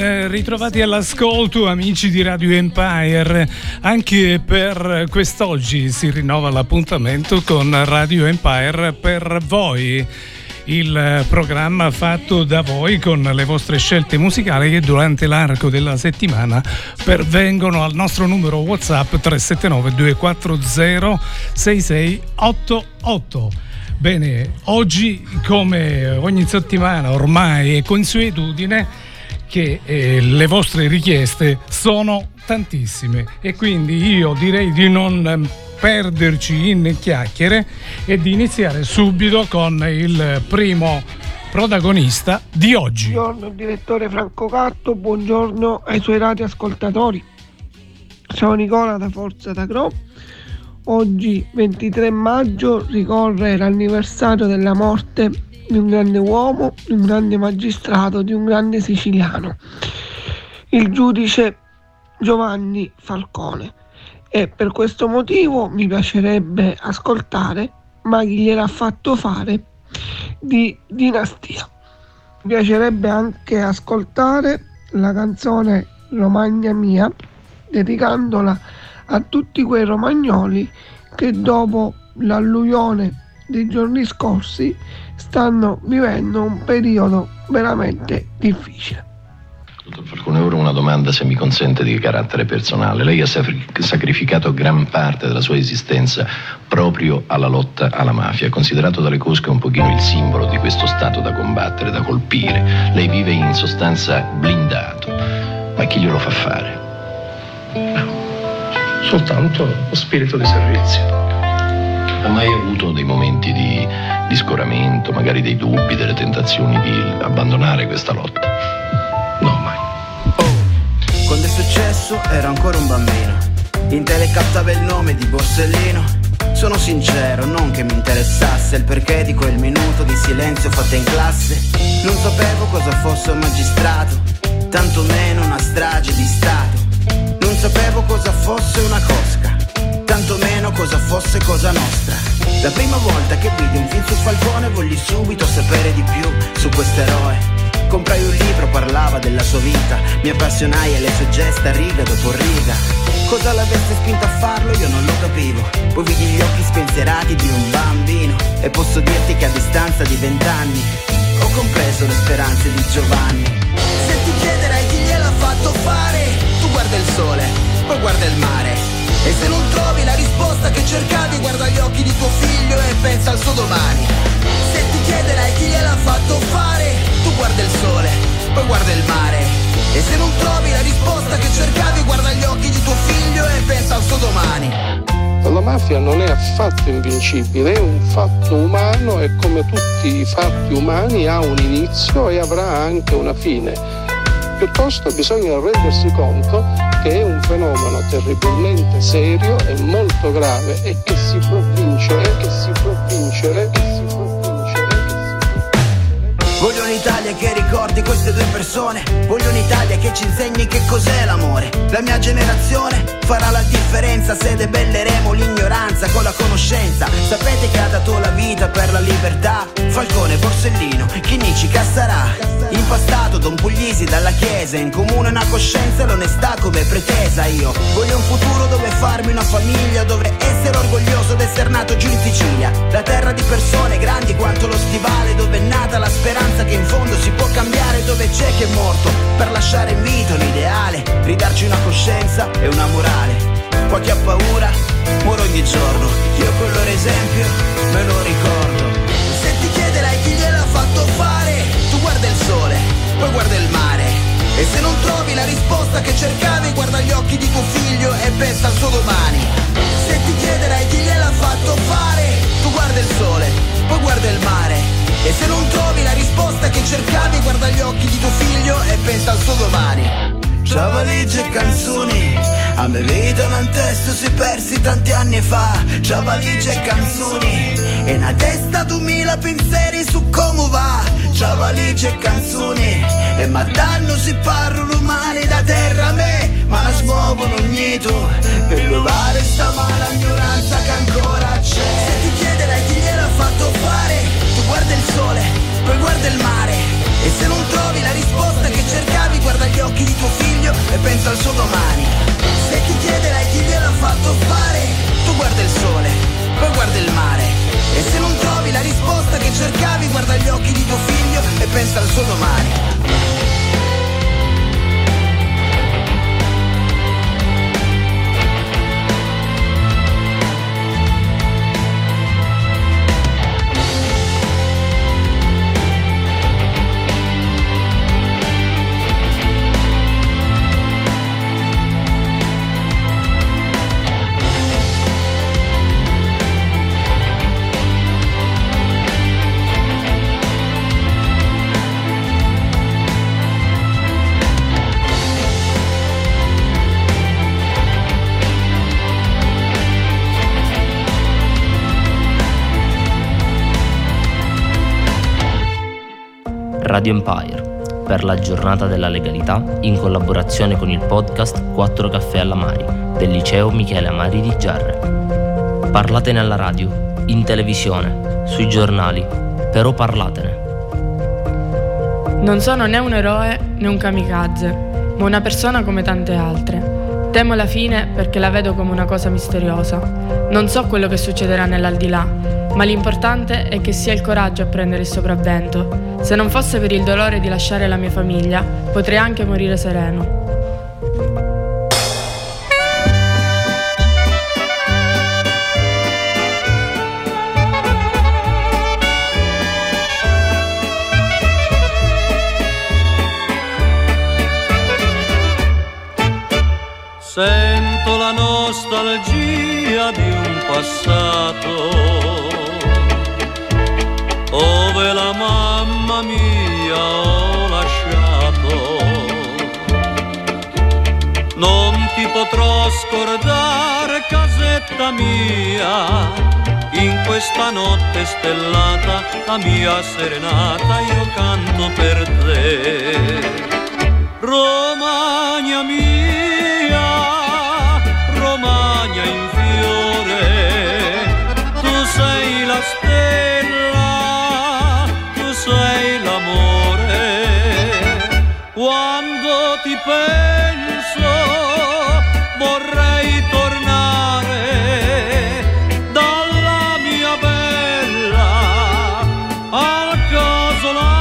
Ben ritrovati all'ascolto, amici di Radio Empire. Anche per quest'oggi si rinnova l'appuntamento con Radio Empire per voi, il programma fatto da voi con le vostre scelte musicali che durante l'arco della settimana pervengono al nostro numero WhatsApp 379 240 6688. Bene, oggi come ogni settimana ormai è consuetudine che le vostre richieste sono tantissime e quindi io direi di non perderci in chiacchiere e di iniziare subito con il primo protagonista di oggi. Buongiorno direttore Franco Catto, buongiorno ai suoi radioascoltatori. Sono Nicola da Forza d'Agro. Oggi 23 maggio ricorre l'anniversario della morte di un grande uomo, di un grande magistrato, di un grande siciliano, il giudice Giovanni Falcone, e per questo motivo mi piacerebbe ascoltare Ma chi gliel'ha fatto fare di Dinastia. Mi piacerebbe anche ascoltare la canzone Romagna mia, dedicandola a tutti quei romagnoli che dopo l'alluvione dei giorni scorsi stanno vivendo un periodo veramente difficile. Dottor Falcone, ora una domanda, se mi consente, di carattere personale. Lei ha sacrificato gran parte della sua esistenza proprio alla lotta alla mafia, considerato dalle cosche un pochino il simbolo di questo stato da combattere, da colpire. Lei vive in sostanza blindato, ma chi glielo fa fare? No, soltanto lo spirito di servizio. Ha mai avuto dei momenti di scoramento, magari dei dubbi, delle tentazioni di abbandonare questa lotta? No, mai. Quando è successo ero ancora un bambino, in tele captava il nome di Borsellino. Sono sincero, non che mi interessasse il perché di quel minuto di silenzio fatto in classe. Non sapevo cosa fosse un magistrato, tantomeno una strage di Stato. Non sapevo cosa fosse una cosca, tantomeno cosa fosse Cosa Nostra. La prima volta che vidi un film su Falcone volli subito sapere di più su quest'eroe. Comprai un libro, parlava della sua vita, mi appassionai alle sue gesta riga dopo riga. Cosa l'avesse spinto a farlo io non lo capivo, poi vidi gli occhi spensierati di un bambino e posso dirti che a distanza di 20 anni ho compreso le speranze di Giovanni. Se ti chiederai chi gliel'ha fatto fare, tu guarda il sole, poi guarda il mare. E se non trovi la risposta che cercavi, guarda gli occhi di tuo figlio e pensa al suo domani. Se ti chiederai chi gliel'ha fatto fare, tu guarda il sole, poi guarda il mare. E se non trovi la risposta che cercavi, guarda gli occhi di tuo figlio e pensa al suo domani. La mafia non è affatto invincibile, è un fatto umano e come tutti i fatti umani ha un inizio e avrà anche una fine. Piuttosto bisogna rendersi conto che è un fenomeno terribilmente serio e molto grave e che si può vincere. Voglio un'Italia che ricordi queste due persone, voglio un'Italia che ci insegni che cos'è l'amore. La mia generazione farà la differenza se debelleremo l'ignoranza con la conoscenza. Sapete che ha dato la vita per la libertà? Falcone, Borsellino, Chinnici, Cassarà. Impastato Don Puglisi dalla chiesa, in comune una coscienza e l'onestà come pretesa. Io voglio un futuro dove farmi una famiglia, dove essere orgoglioso d'essere nato giù in Sicilia. La terra di persone grandi quanto lo stivale, dove è nata la speranza che in fondo si può cambiare, dove c'è chi è morto per lasciare in vita un ideale, ridarci una coscienza e una morale. Qua chi ha paura muore ogni giorno, io con loro esempio me lo ricordo. Se ti chiederai chi gliel'ha fatto fare, tu guarda il sole, poi guarda il mare. E se non trovi la risposta che cercavi, guarda gli occhi di tuo figlio e pensa al suo domani. Se ti chiederai chi gliel'ha fatto fare, tu guarda il sole, poi guarda il mare. E se non trovi la risposta che cercavi, guarda gli occhi di tuo figlio e pensa al suo domani. C'ha valigie e canzoni, a me vita un testo si persi tanti anni fa. C'ha valigie e canzoni, e una testa 2000 pensieri su come va. C'ha valigie e canzoni, e ma danno si parlano umani da terra a me, ma la smuovono ogni tu per levare sta mala ignoranza che ancora c'è. Se ti chiederai chi gliel'ha fatto fare, tu guarda il sole, poi guarda il mare. E se non trovi la risposta che cercavi, guarda gli occhi Radio Empire, per la giornata della legalità, in collaborazione con il podcast 4 caffè alla mani del liceo Michele Amari di Giarre. Parlatene alla radio, in televisione, sui giornali, però parlatene. Non sono né un eroe né un kamikaze, ma una persona come tante altre. Temo la fine perché la vedo come una cosa misteriosa. Non so quello che succederà nell'aldilà, ma l'importante è che sia il coraggio a prendere il sopravvento. Se non fosse per il dolore di lasciare la mia famiglia, potrei anche morire sereno. Sento la nostalgia di un passato dove la mamma mia ho lasciato. Non ti potrò scordare, casetta mia, in questa notte stellata, la mia serenata io canto per te. Romagna mia, Romagna in fiore, tu sei la stella, tu sei l'amore. Quando ti penso vorrei tornare dalla mia bella al casolare.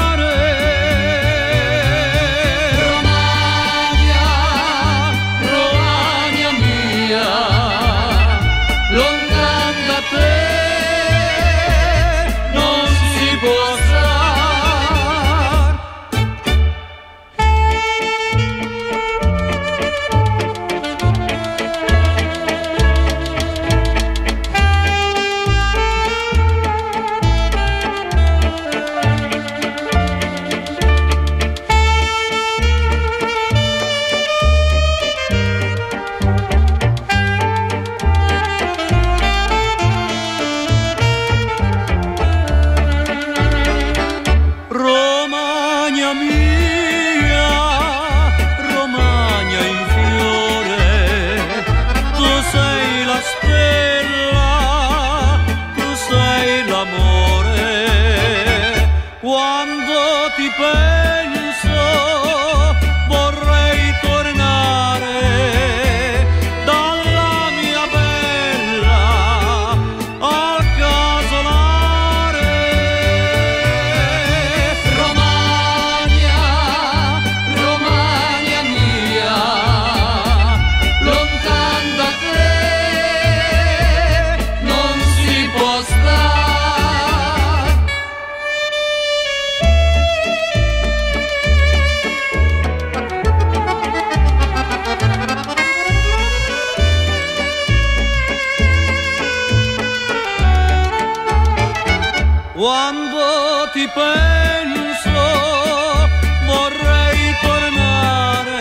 Quando ti penso vorrei tornare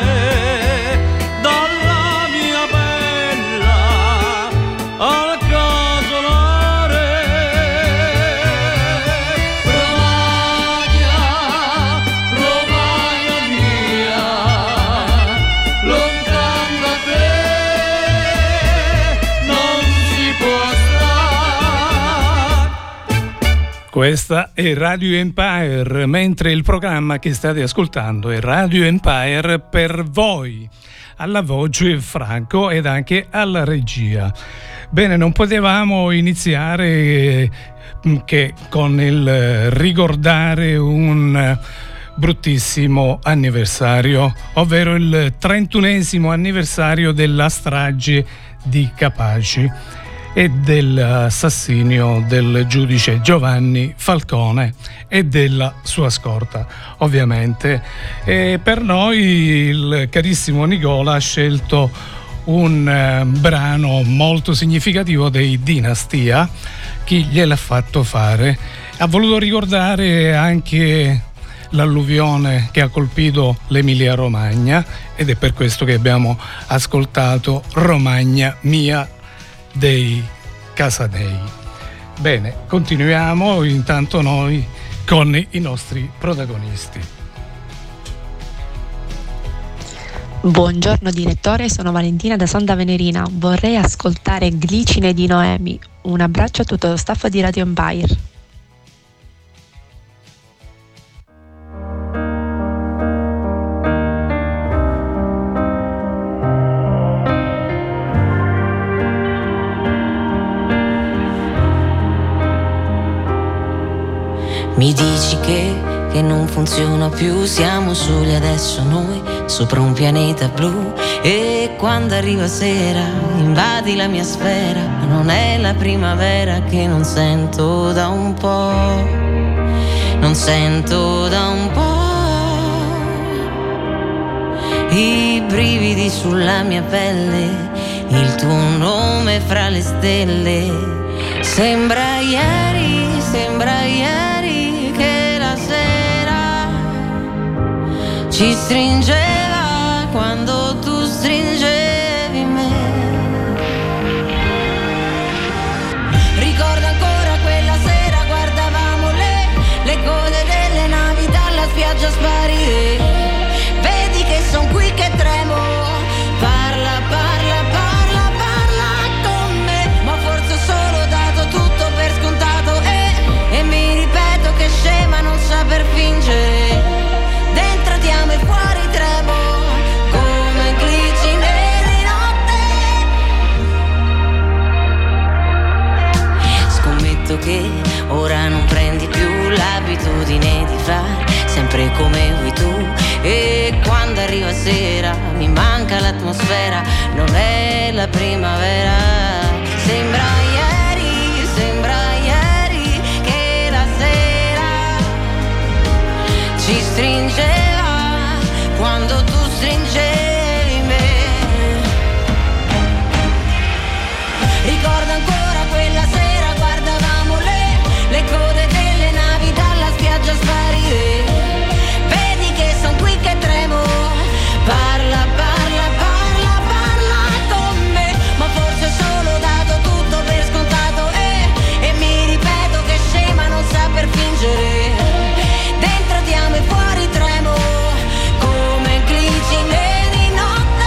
dalla mia bella al casolare. Romagna, Romagna mia, lontano da te non si può stare. Questa è Radio Empire, mentre il programma che state ascoltando è Radio Empire per voi. Alla voce Franco ed anche alla regia. Bene, non potevamo iniziare che con il ricordare un bruttissimo anniversario, ovvero il 31esimo anniversario della strage di Capaci e dell'assassinio del giudice Giovanni Falcone e della sua scorta, ovviamente. E per noi il carissimo Nicola ha scelto un brano molto significativo dei Dinastia, Chi gliel'ha fatto fare. Ha voluto ricordare anche l'alluvione che ha colpito l'Emilia Romagna ed è per questo che abbiamo ascoltato Romagna mia dei Casadei. Bene, continuiamo, intanto noi con i nostri protagonisti. Buongiorno direttore, sono Valentina da Santa Venerina. Vorrei ascoltare Glicine di Noemi. Un abbraccio a tutto lo staff di Radio Empire. Mi dici che non funziona più, siamo soli adesso noi, sopra un pianeta blu. E quando arriva sera, invadi la mia sfera. Non è la primavera che non sento da un po', non sento da un po'. I brividi sulla mia pelle, il tuo nome fra le stelle. Sembra ieri che la sera ci stringeva quando tu stringevi me. Ricordo ancora quella sera, guardavamo le code delle navi dalla spiaggia sparire. Vedi che son qui che tremo, parla, parla, parla, parla con me. Ma forse ho solo dato tutto per scontato e mi ripeto che scema non saper fingere. Dentro ti amo e fuori tremo, come glicine di notte. Scommetto che ora non prendi più l'abitudine di fare sempre come vuoi tu. E quando arriva sera mi manca l'atmosfera, non è la primavera. Sembra ieri che la sera ci stringeva quando tu stringevi me. Ricordo ancora quella sera, guardavamo le code delle navi dalla spiaggia sparire. Vedi che son qui che tremo, parla, parla, parla, parla con me. Ma forse ho solo dato tutto per scontato e mi ripeto che scema non saper fingere. Dentro ti amo e fuori tremo, come glicine di notte.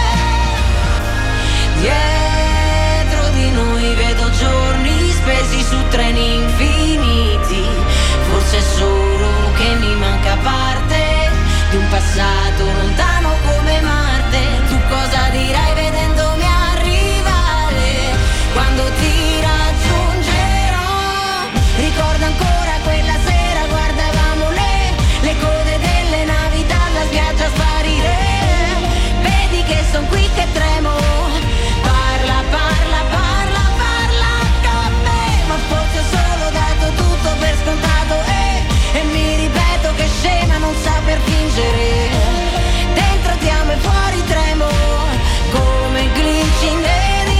Dietro di noi vedo giorni spesi su treni infiniti. Forse è solo che mi manca parte di un passato lontano come Marte. Tu cosa dirai vedendomi arrivare quando ti raggiungerò? Ricordo ancora quella sera, guardavamo le code delle navi dalla spiaggia sparire. Vedi che son qui che tremo, parla, parla, parla, parla con me. Ma forse ho solo dato tutto per scontato e mi ripeto che scema non saper fingere. Dentro ti amo e fuori tremo, come glicine di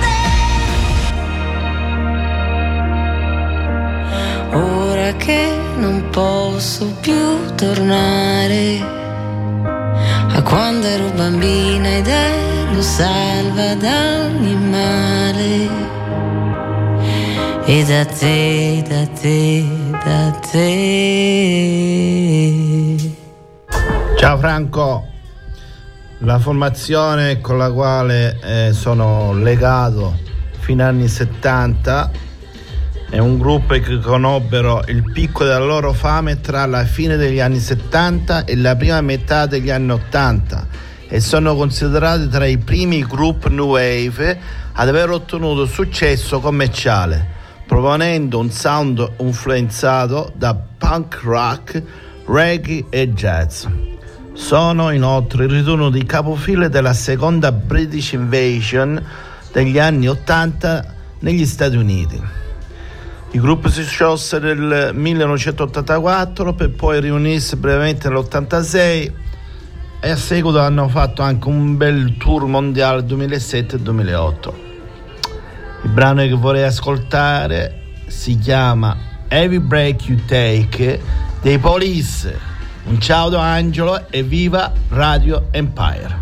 notte. Ora che non posso più tornare a quando ero bambina ed ero salva da ogni male. E da te, da te, da te. Ciao Franco, la formazione con la quale sono legato fino agli anni 70 è un gruppo che conobbero il picco della loro fame tra la fine degli anni 70 e la prima metà degli anni 80 e sono considerati tra i primi gruppi New Wave ad aver ottenuto successo commerciale, proponendo un sound influenzato da punk rock, reggae e jazz. Sono inoltre il ritorno di capofila della seconda British Invasion degli anni 80 negli Stati Uniti. Il gruppo si sciolse nel 1984 per poi riunirsi brevemente nell'86 e a seguito hanno fatto anche un bel tour mondiale 2007-2008. Il brano che vorrei ascoltare si chiama Every Break You Take dei Police. Un ciao da Angelo e viva Radio Empire.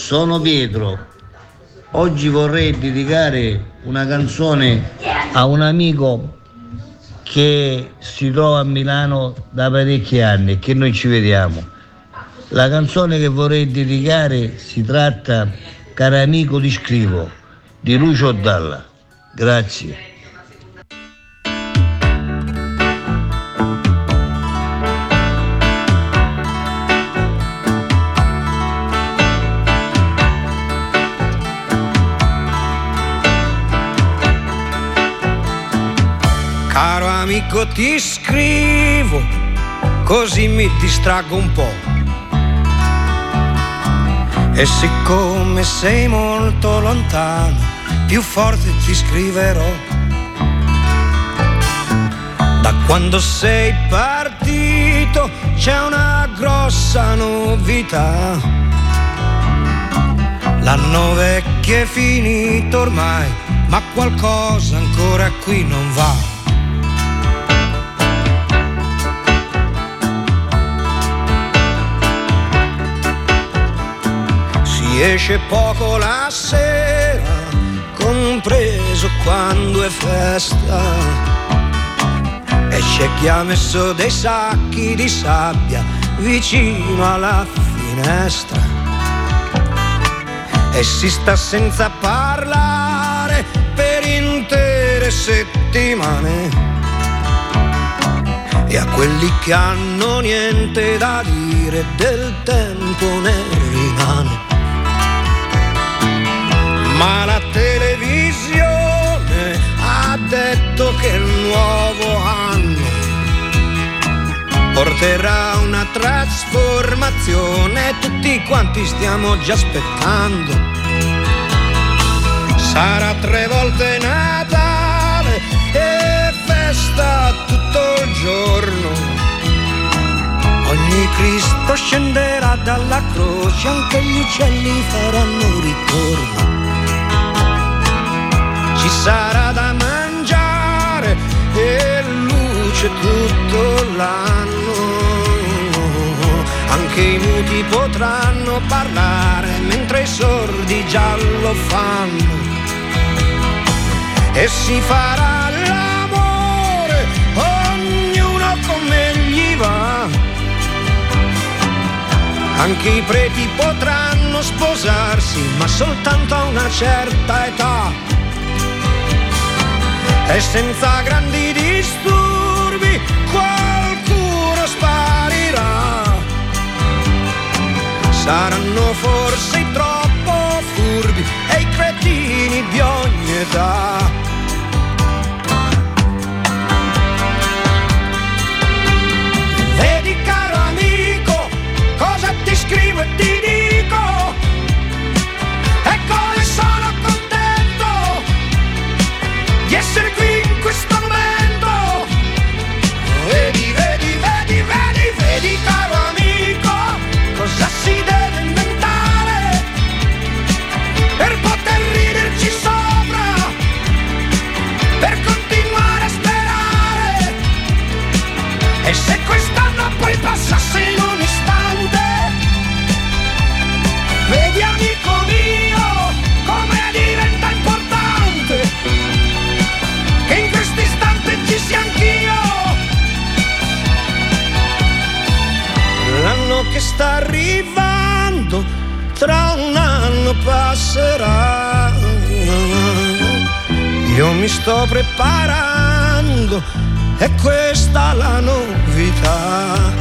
sono Pietro. Oggi vorrei dedicare una canzone a un amico che si trova a Milano da parecchi anni e che noi ci vediamo. La canzone che vorrei dedicare si tratta Caro amico ti scrivo, di Lucio Dalla. Grazie. Caro amico ti scrivo, così mi distraggo un po'. E siccome sei molto lontano, più forte ti scriverò. Da quando sei partito c'è una grossa novità. L'anno vecchio è finito ormai, ma qualcosa ancora qui non va. Esce poco la sera, compreso quando è festa, e c'è chi ha messo dei sacchi di sabbia vicino alla finestra e si sta senza parlare per intere settimane. E a quelli che hanno niente da dire del tempo ne rimane. Ma la televisione ha detto che il nuovo anno porterà una trasformazione, tutti quanti stiamo già aspettando. Sarà 3 volte Natale e festa tutto il giorno. Ogni Cristo scenderà dalla croce, anche gli uccelli faranno ritorno. Ci sarà da mangiare e luce tutto l'anno. Anche i muti potranno parlare mentre i sordi già lo fanno. E si farà l'amore, ognuno come gli va. Anche i preti potranno sposarsi, ma soltanto a una certa età. E senza grandi disturbi qualcuno sparirà. Saranno forse troppo furbi e i cretini di ogni età. Vedi caro amico, cosa ti scrivo e ti dico, e come sono contento di essere qui in questo momento. Vedi, vedi, vedi, vedi, vedi caro amico, cosa si deve inventare per poter riderci sopra, per continuare a sperare. E se quest'anno poi passasse in un istante, vedi amico mio come diventa importante che in questo istante ci sia anch'io. L'anno che sta arrivando tra un anno passerà. Io mi sto preparando, è questa la novità.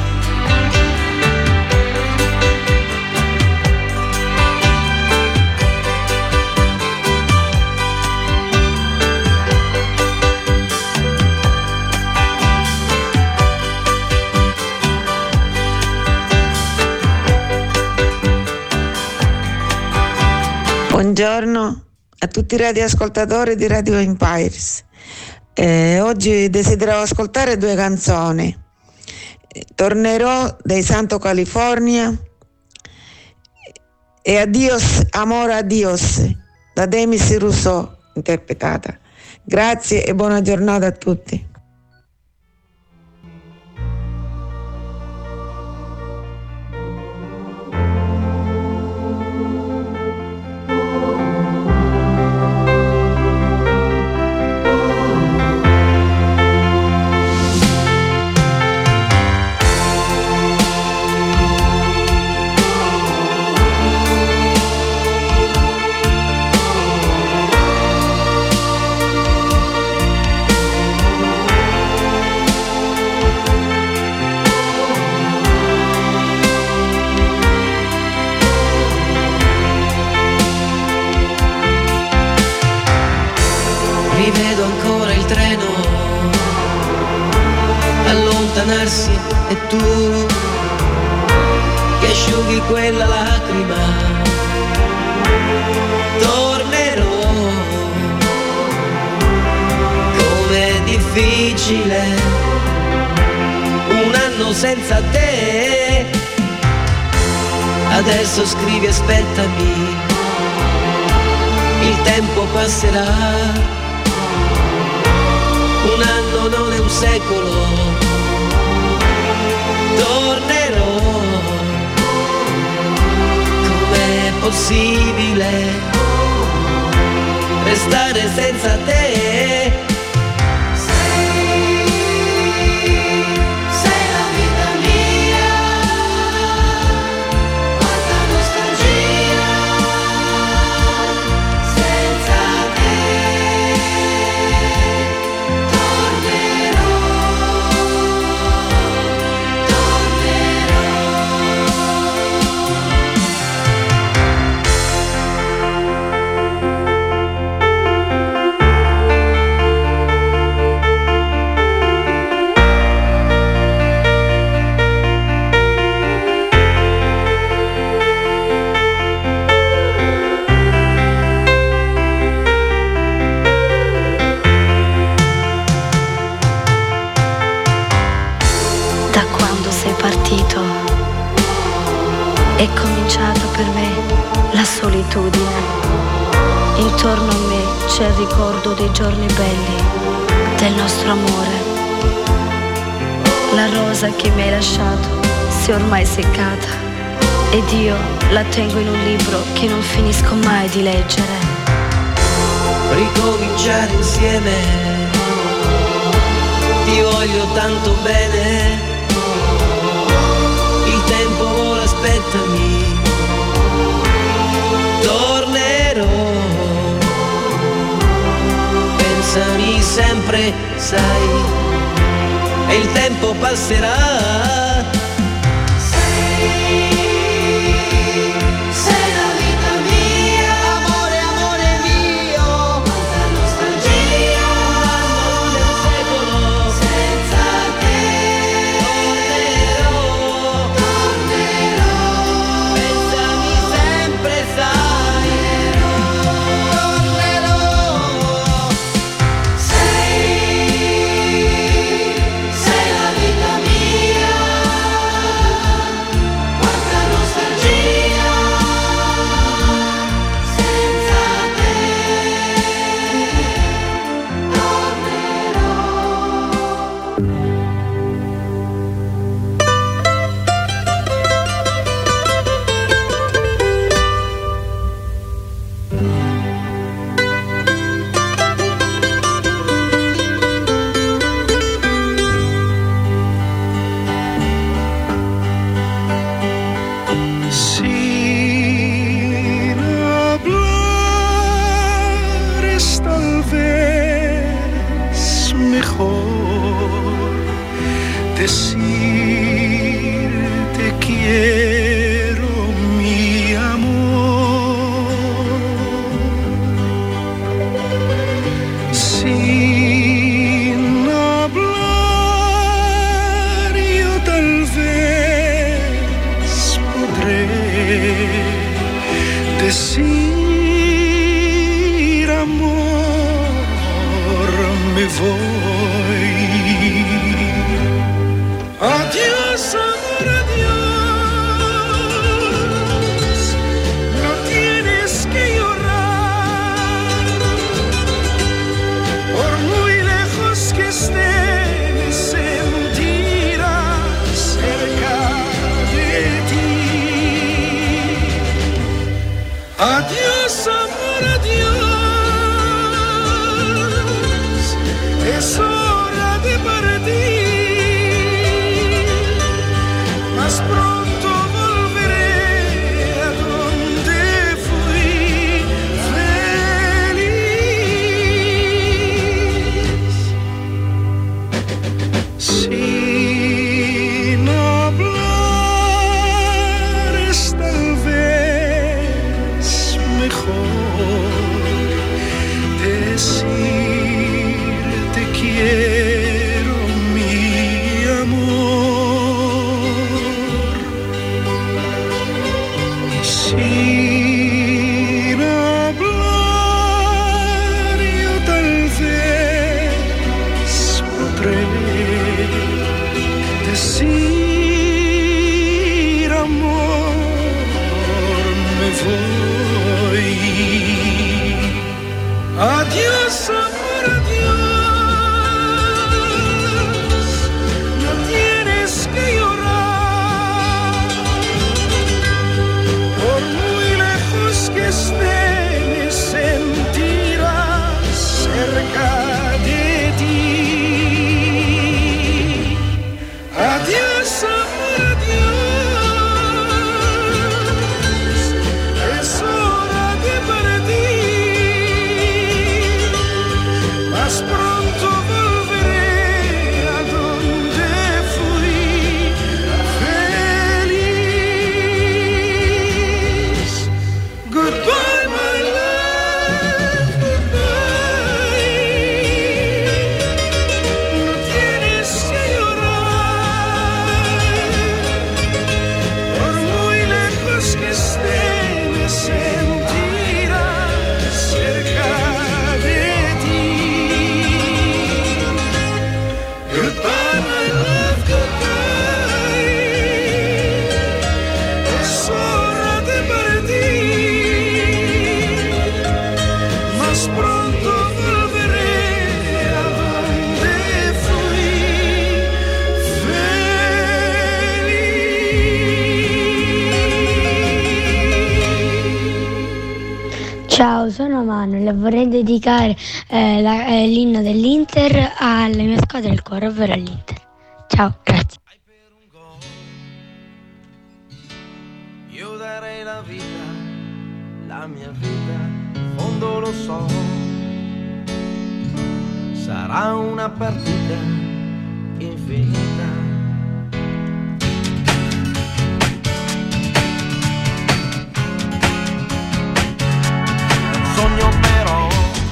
Buongiorno a tutti i radioascoltatori di Radio Empires. Oggi desidero ascoltare 2 canzoni. Tornerò dei Santo California e Adios, Amor Adios da Demis Rousseau interpretata. Grazie e buona giornata a tutti. allontanarsi e tu che asciughi quella lacrima. Tornerò, com'è difficile un anno senza te. Adesso scrivi aspettami, il tempo passerà. Un anno non è un secolo, tornerò. Com'è possibile restare senza te? È cominciata per me la solitudine. Intorno a me c'è il ricordo dei giorni belli, del nostro amore. La rosa che mi hai lasciato si è ormai seccata ed io la tengo in un libro che non finisco mai di leggere. Ricominciare insieme, ti voglio tanto bene. Il tempo vola, aspettami, tornerò. Pensami sempre, sai, e il tempo passerà. Sei la vita mia, amore, amore mio. Quanta nostalgia, non è un secolo senza te. Tornerò, pensami sempre, sai. Tornerò. Sei la vita mia. Quanta nostalgia senza te. Sin hablar es tal vez mejor decir te quiero, mi amor. Sin hablar yo tal vez podré decir amor, me voy. Adiós, amor, adiós. No tienes que llorar. Por muy lejos que esté, me sentirás cerca de ti. Adiós, amor, adiós. Es hora de partir. Más pronto volveré a donde fui feliz. Sin hablar es tal vez mejor decir te quiero, mi amor. voi. Adiós, amor, adiós, no tienes que llorar, por muy lejos que esté me sentirás cerca de ti. Adiós, amor, adiós, es hora de partir, más pronto volveré a donde fui feliz. Goodbye, my love, goodbye. No tienes que llorar, por muy lejos que esté me sentirás cerca de ti. Goodbye, my love, goodbye. Es hora de partir, más pronto volveré a donde fui feliz. Ciao, sono Manuel e vorrei dedicare l'inno dell'Inter alla mia squadra del cuore, ovvero all'Inter. Ciao, grazie. Io darei la vita, la mia vita, in fondo lo so, sarà una partita infinita. Un sogno però,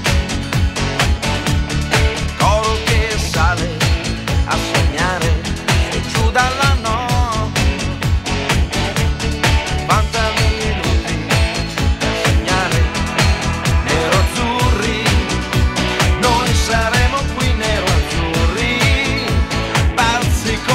coro che sale a sognare e giù dalla notte. 90 minuti per segnare nero-azzurri, noi saremo qui nero-azzurri, pazzi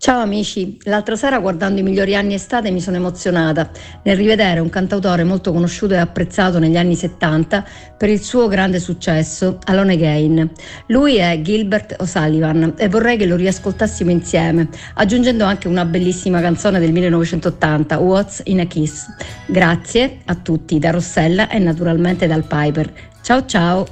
Ciao amici, l'altra sera guardando I migliori anni estate mi sono emozionata nel rivedere un cantautore molto conosciuto e apprezzato negli anni 70 per il suo grande successo, Alone Again. Lui è Gilbert O'Sullivan e vorrei che lo riascoltassimo insieme, aggiungendo anche una bellissima canzone del 1980, What's in a Kiss. Grazie a tutti da Rossella e naturalmente dal Piper. Ciao ciao!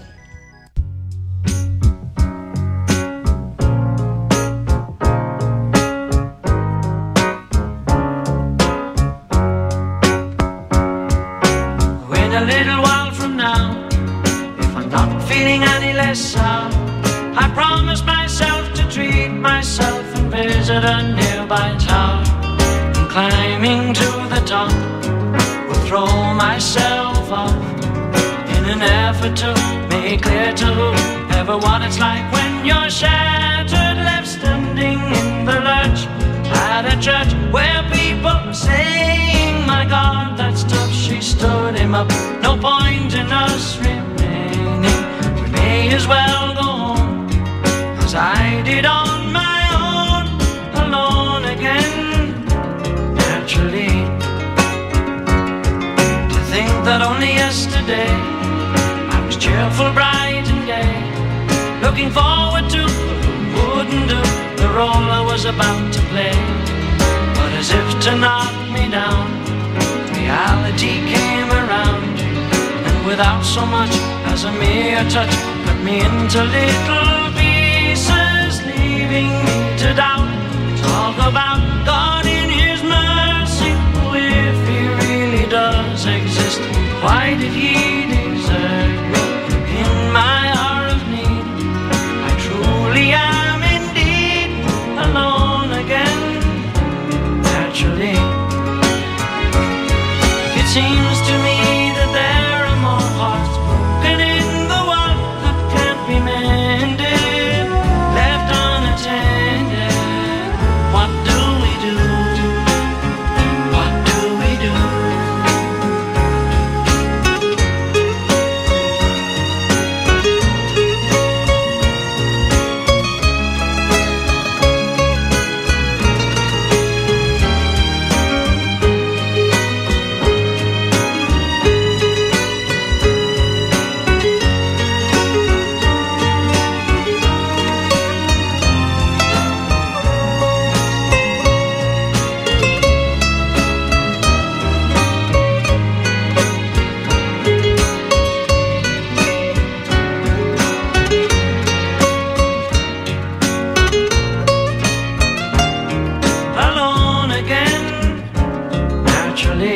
I promised myself to treat myself and visit a nearby tower. And climbing to the top, will throw myself off in an effort to make clear to whoever what it's like when you're shattered, left standing in the lurch at a church where people are saying, my God, that's tough. She stood him up. No point in us remaining. We may as well go home, as I did on my own, alone again. Naturally, to think that only yesterday I was cheerful, bright and gay, looking forward to what wouldn't do the role I was about to play. But as if to knock me down, reality came around, and without so much as a mere touch, cut me into little pieces, leaving me to doubt. Talk about God in His mercy, who, if He really does exist, why did He desert me in my hour of need? I truly am indeed alone again. Naturally, it seems to me that there are more hearts broken in the world that can't be mended, left unattended. What do we do? What do we do? Alone again, naturally.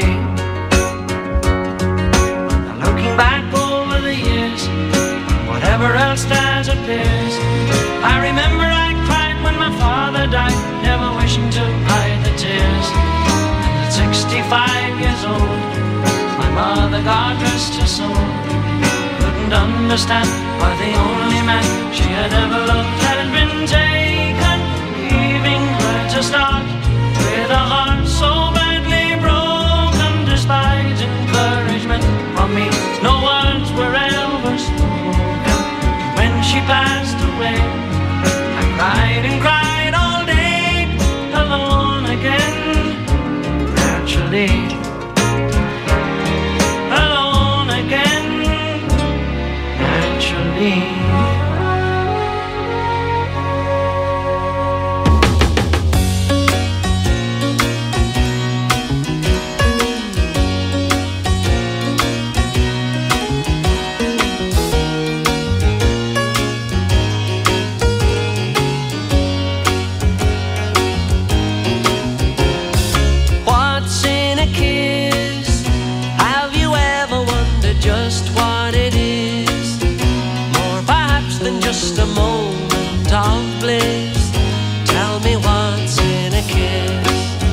Now looking back over the years, whatever else that appears, I remember I cried when my father died, never wishing to hide the tears. And at 65 years old, my mother, God rest her soul, couldn't understand why the only man she had ever loved had been taken, leaving her to start with a heart so badly broken. Despite encouragement from me, no words were ever spoken. When she passed away, I cried and cried all day, alone again. Naturally, alone again. Naturally. What's in a kiss? Have you ever wondered just what it is? More perhaps than just a moment of bliss. Tell me what's in a kiss?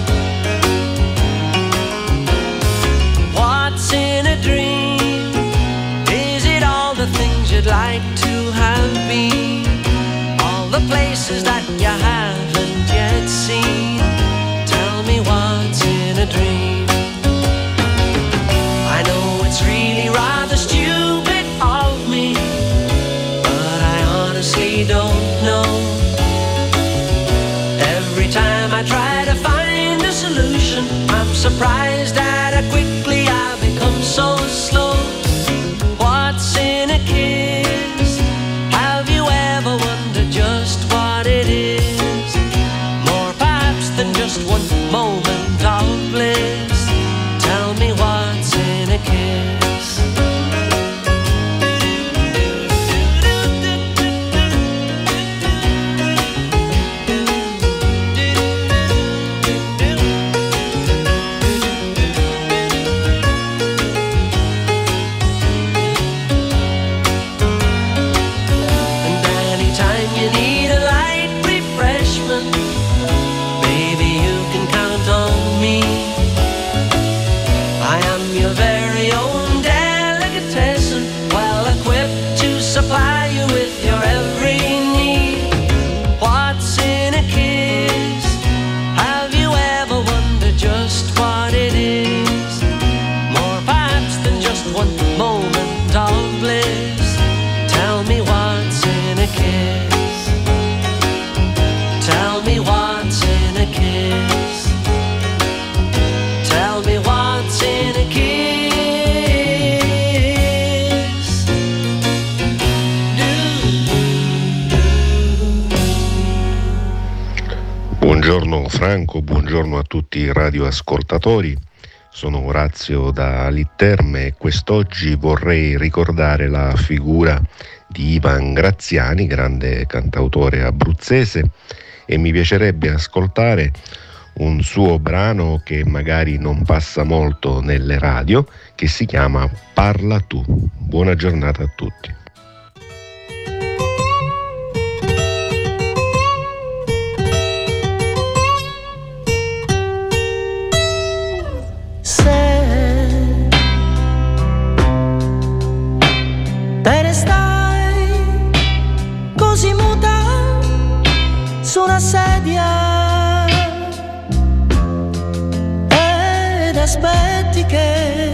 What's in a dream? Is it all the things you'd like to have been? All the places that you haven't yet seen? Tell me what's in a dream? I know it's really rather stupid of me, but I honestly don't know. Every time I surprised at how quickly I become so slow. What's in a kiss? Have you ever wondered just what it is? More perhaps than just one moment of bliss. Tell me what's in a kiss. Supply you with your every need. What's in a kiss? Have you ever wondered just what it is? More perhaps than just one moment of bliss. Tell me what's in a kiss. Tell me what's in a kiss. Tell me what's in a kiss. Buongiorno Franco, buongiorno a tutti i radioascoltatori, sono Orazio da Litterme e quest'oggi vorrei ricordare la figura di Ivan Graziani, grande cantautore abruzzese, e mi piacerebbe ascoltare un suo brano che magari non passa molto nelle radio, che si chiama Parla tu. Buona giornata a tutti. Te ne stai così muta su una sedia ed aspetti che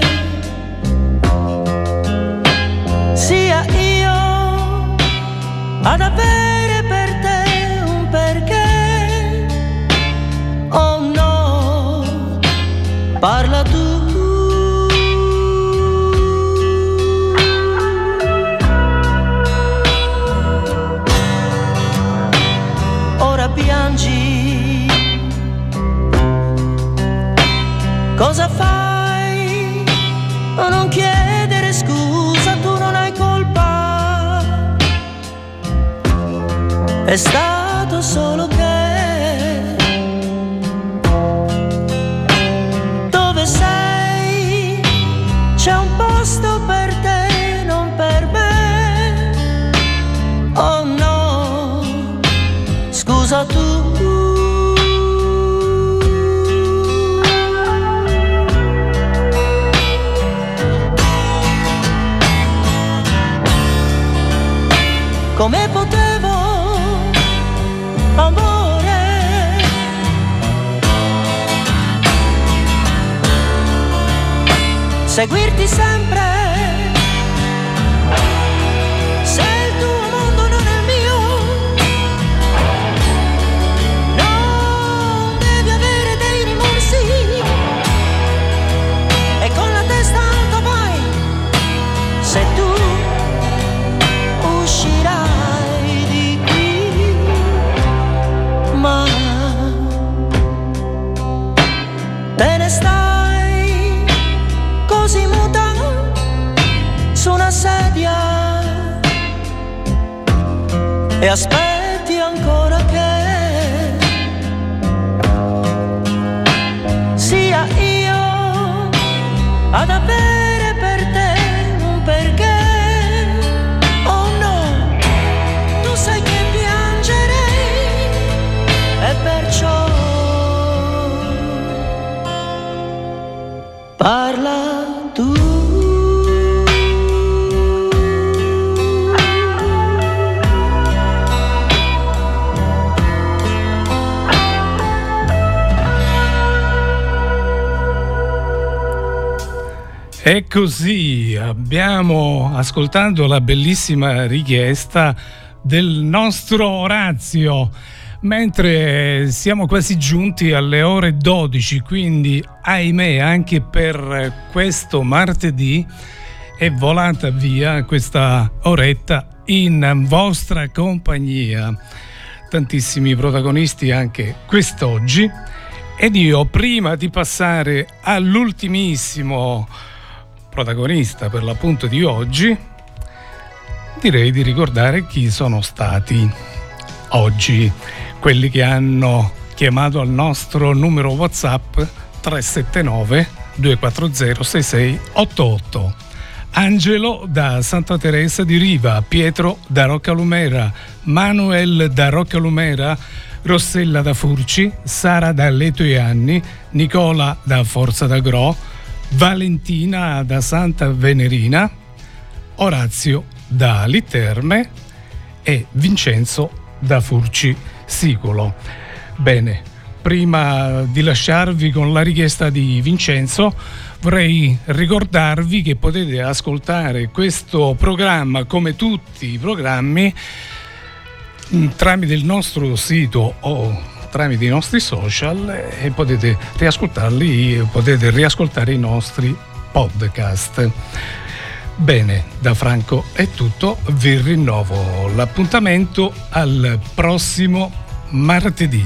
sia io ad avere per te un perché. Oh no, parla tu. Piangi, cosa fai? Non chiedere scusa, tu non hai colpa. È stato solo che dove sei c'è un posto per te, non per me. Oh no, scusa tu. Come potevo, amore, seguirti sempre? Se il tuo mondo non è il mio, non devi avere dei rimorsi e con la testa alta vai. Se tu uscirai di qui, ma te ne stai così muta su una sedia e aspetti ancora che sia io ad avere per te un perché. Oh no, tu sai che piangerei e perciò parla tu. E così abbiamo ascoltato la bellissima richiesta del nostro Orazio. mentre siamo quasi giunti alle ore 12, quindi ahimè anche per questo martedì è volata via questa oretta in vostra compagnia. Tantissimi protagonisti anche quest'oggi, ed io, prima di passare all'ultimissimo protagonista per l'appunto di oggi, direi di ricordare chi sono stati oggi quelli che hanno chiamato al nostro numero WhatsApp 379 240 6688. Angelo da Santa Teresa di Riva, Pietro da Roccalumera, Manuel da Roccalumera, Rossella da Furci, Sara da Leto e Anni, Nicola da Forza d'Agro, Valentina da Santa Venerina, Orazio da Literme e Vincenzo da Furci Siculo. Bene, prima di lasciarvi con la richiesta di Vincenzo, vorrei ricordarvi che potete ascoltare questo programma, come tutti i programmi, tramite il nostro sito o tramite i nostri social, e potete riascoltarli, potete riascoltare i nostri podcast. Bene, da Franco è tutto, vi rinnovo l'appuntamento al prossimo martedì.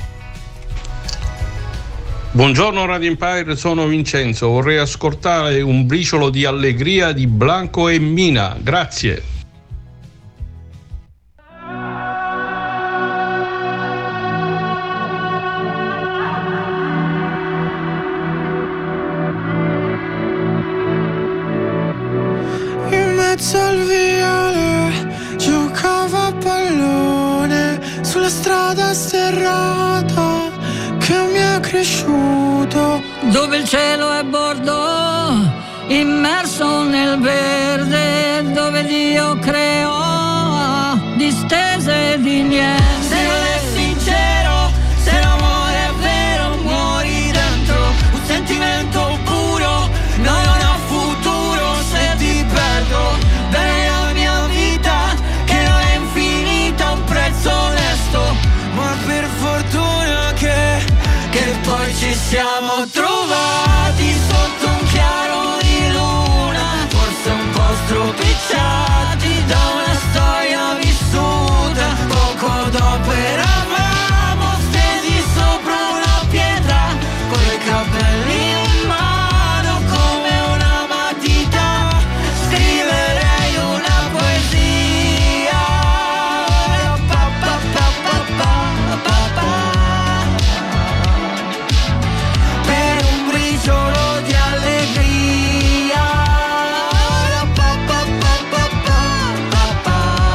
Buongiorno Radio Empire, sono Vincenzo, vorrei ascoltare Un briciolo di allegria di Blanco e Mina, grazie. In mezzo al viale giocavo a pallone sulla strada sterrata che mi è cresciuto, dove il cielo è bordo immerso nel verde, dove Dio creò distese di niente. Se non è sincero, se l'amore è vero, muori dentro un sentimento puro. No, non ho futuro se ti perdo. Bene la mia vita che non è infinita, un prezzo onesto, ma per fortuna che poi ci siamo trovati sotto un chiaro di luna, forse un po' stropicciati da una storia vissuta. Poco dopo eravamo stesi sopra una pietra, con i capelli in mano come una matita. Scriverei una poesia. Pa, pa, pa, pa, pa, pa, pa. Per un briciolo di allegria. Pa, pa, pa, pa, pa, pa, pa.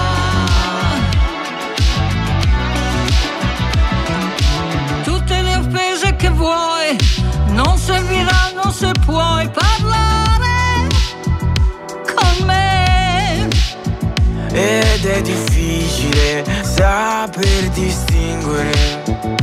Tutte le offese che vuoi non serviranno se puoi parlare con me. Ed è difficile saper distinguere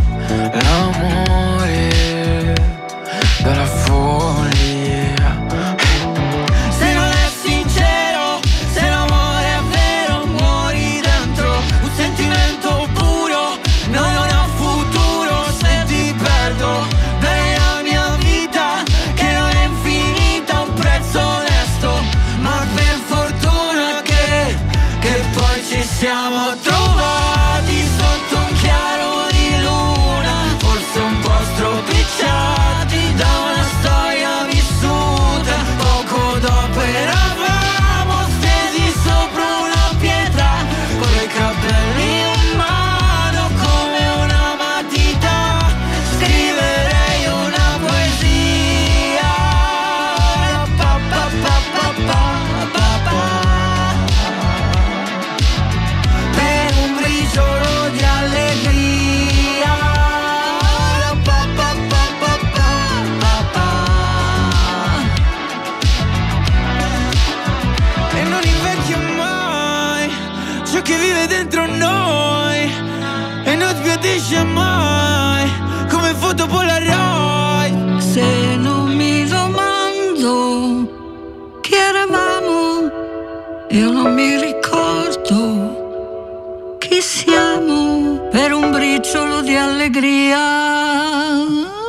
l'amore dalla follia. Se non è sincero, se l'amore è vero, muori dentro un sentimento puro. No, non ho futuro se ti perdo. Bene la mia vita che non è infinita, un prezzo onesto, ma per fortuna che poi ci siamo trovati sotto un chiaro di luna, forse un po' stropicciati da una storia vissuta. Poco dopo eravamo stesi sopra una pietra, con i capelli in mano come una matita. Scriverei una poesia. Pa, pa, pa, pa, pa, pa, pa. Per un briciolo di allegria. Pa, pa, pa, pa, pa, pa, pa. E non invecchia mai ciò che vive dentro noi, e non sbiadisce mai come foto Polaroid. Se non mi domando chi eravamo, io non mi ricordo chi siamo. Per un briciolo briciolo di allegria.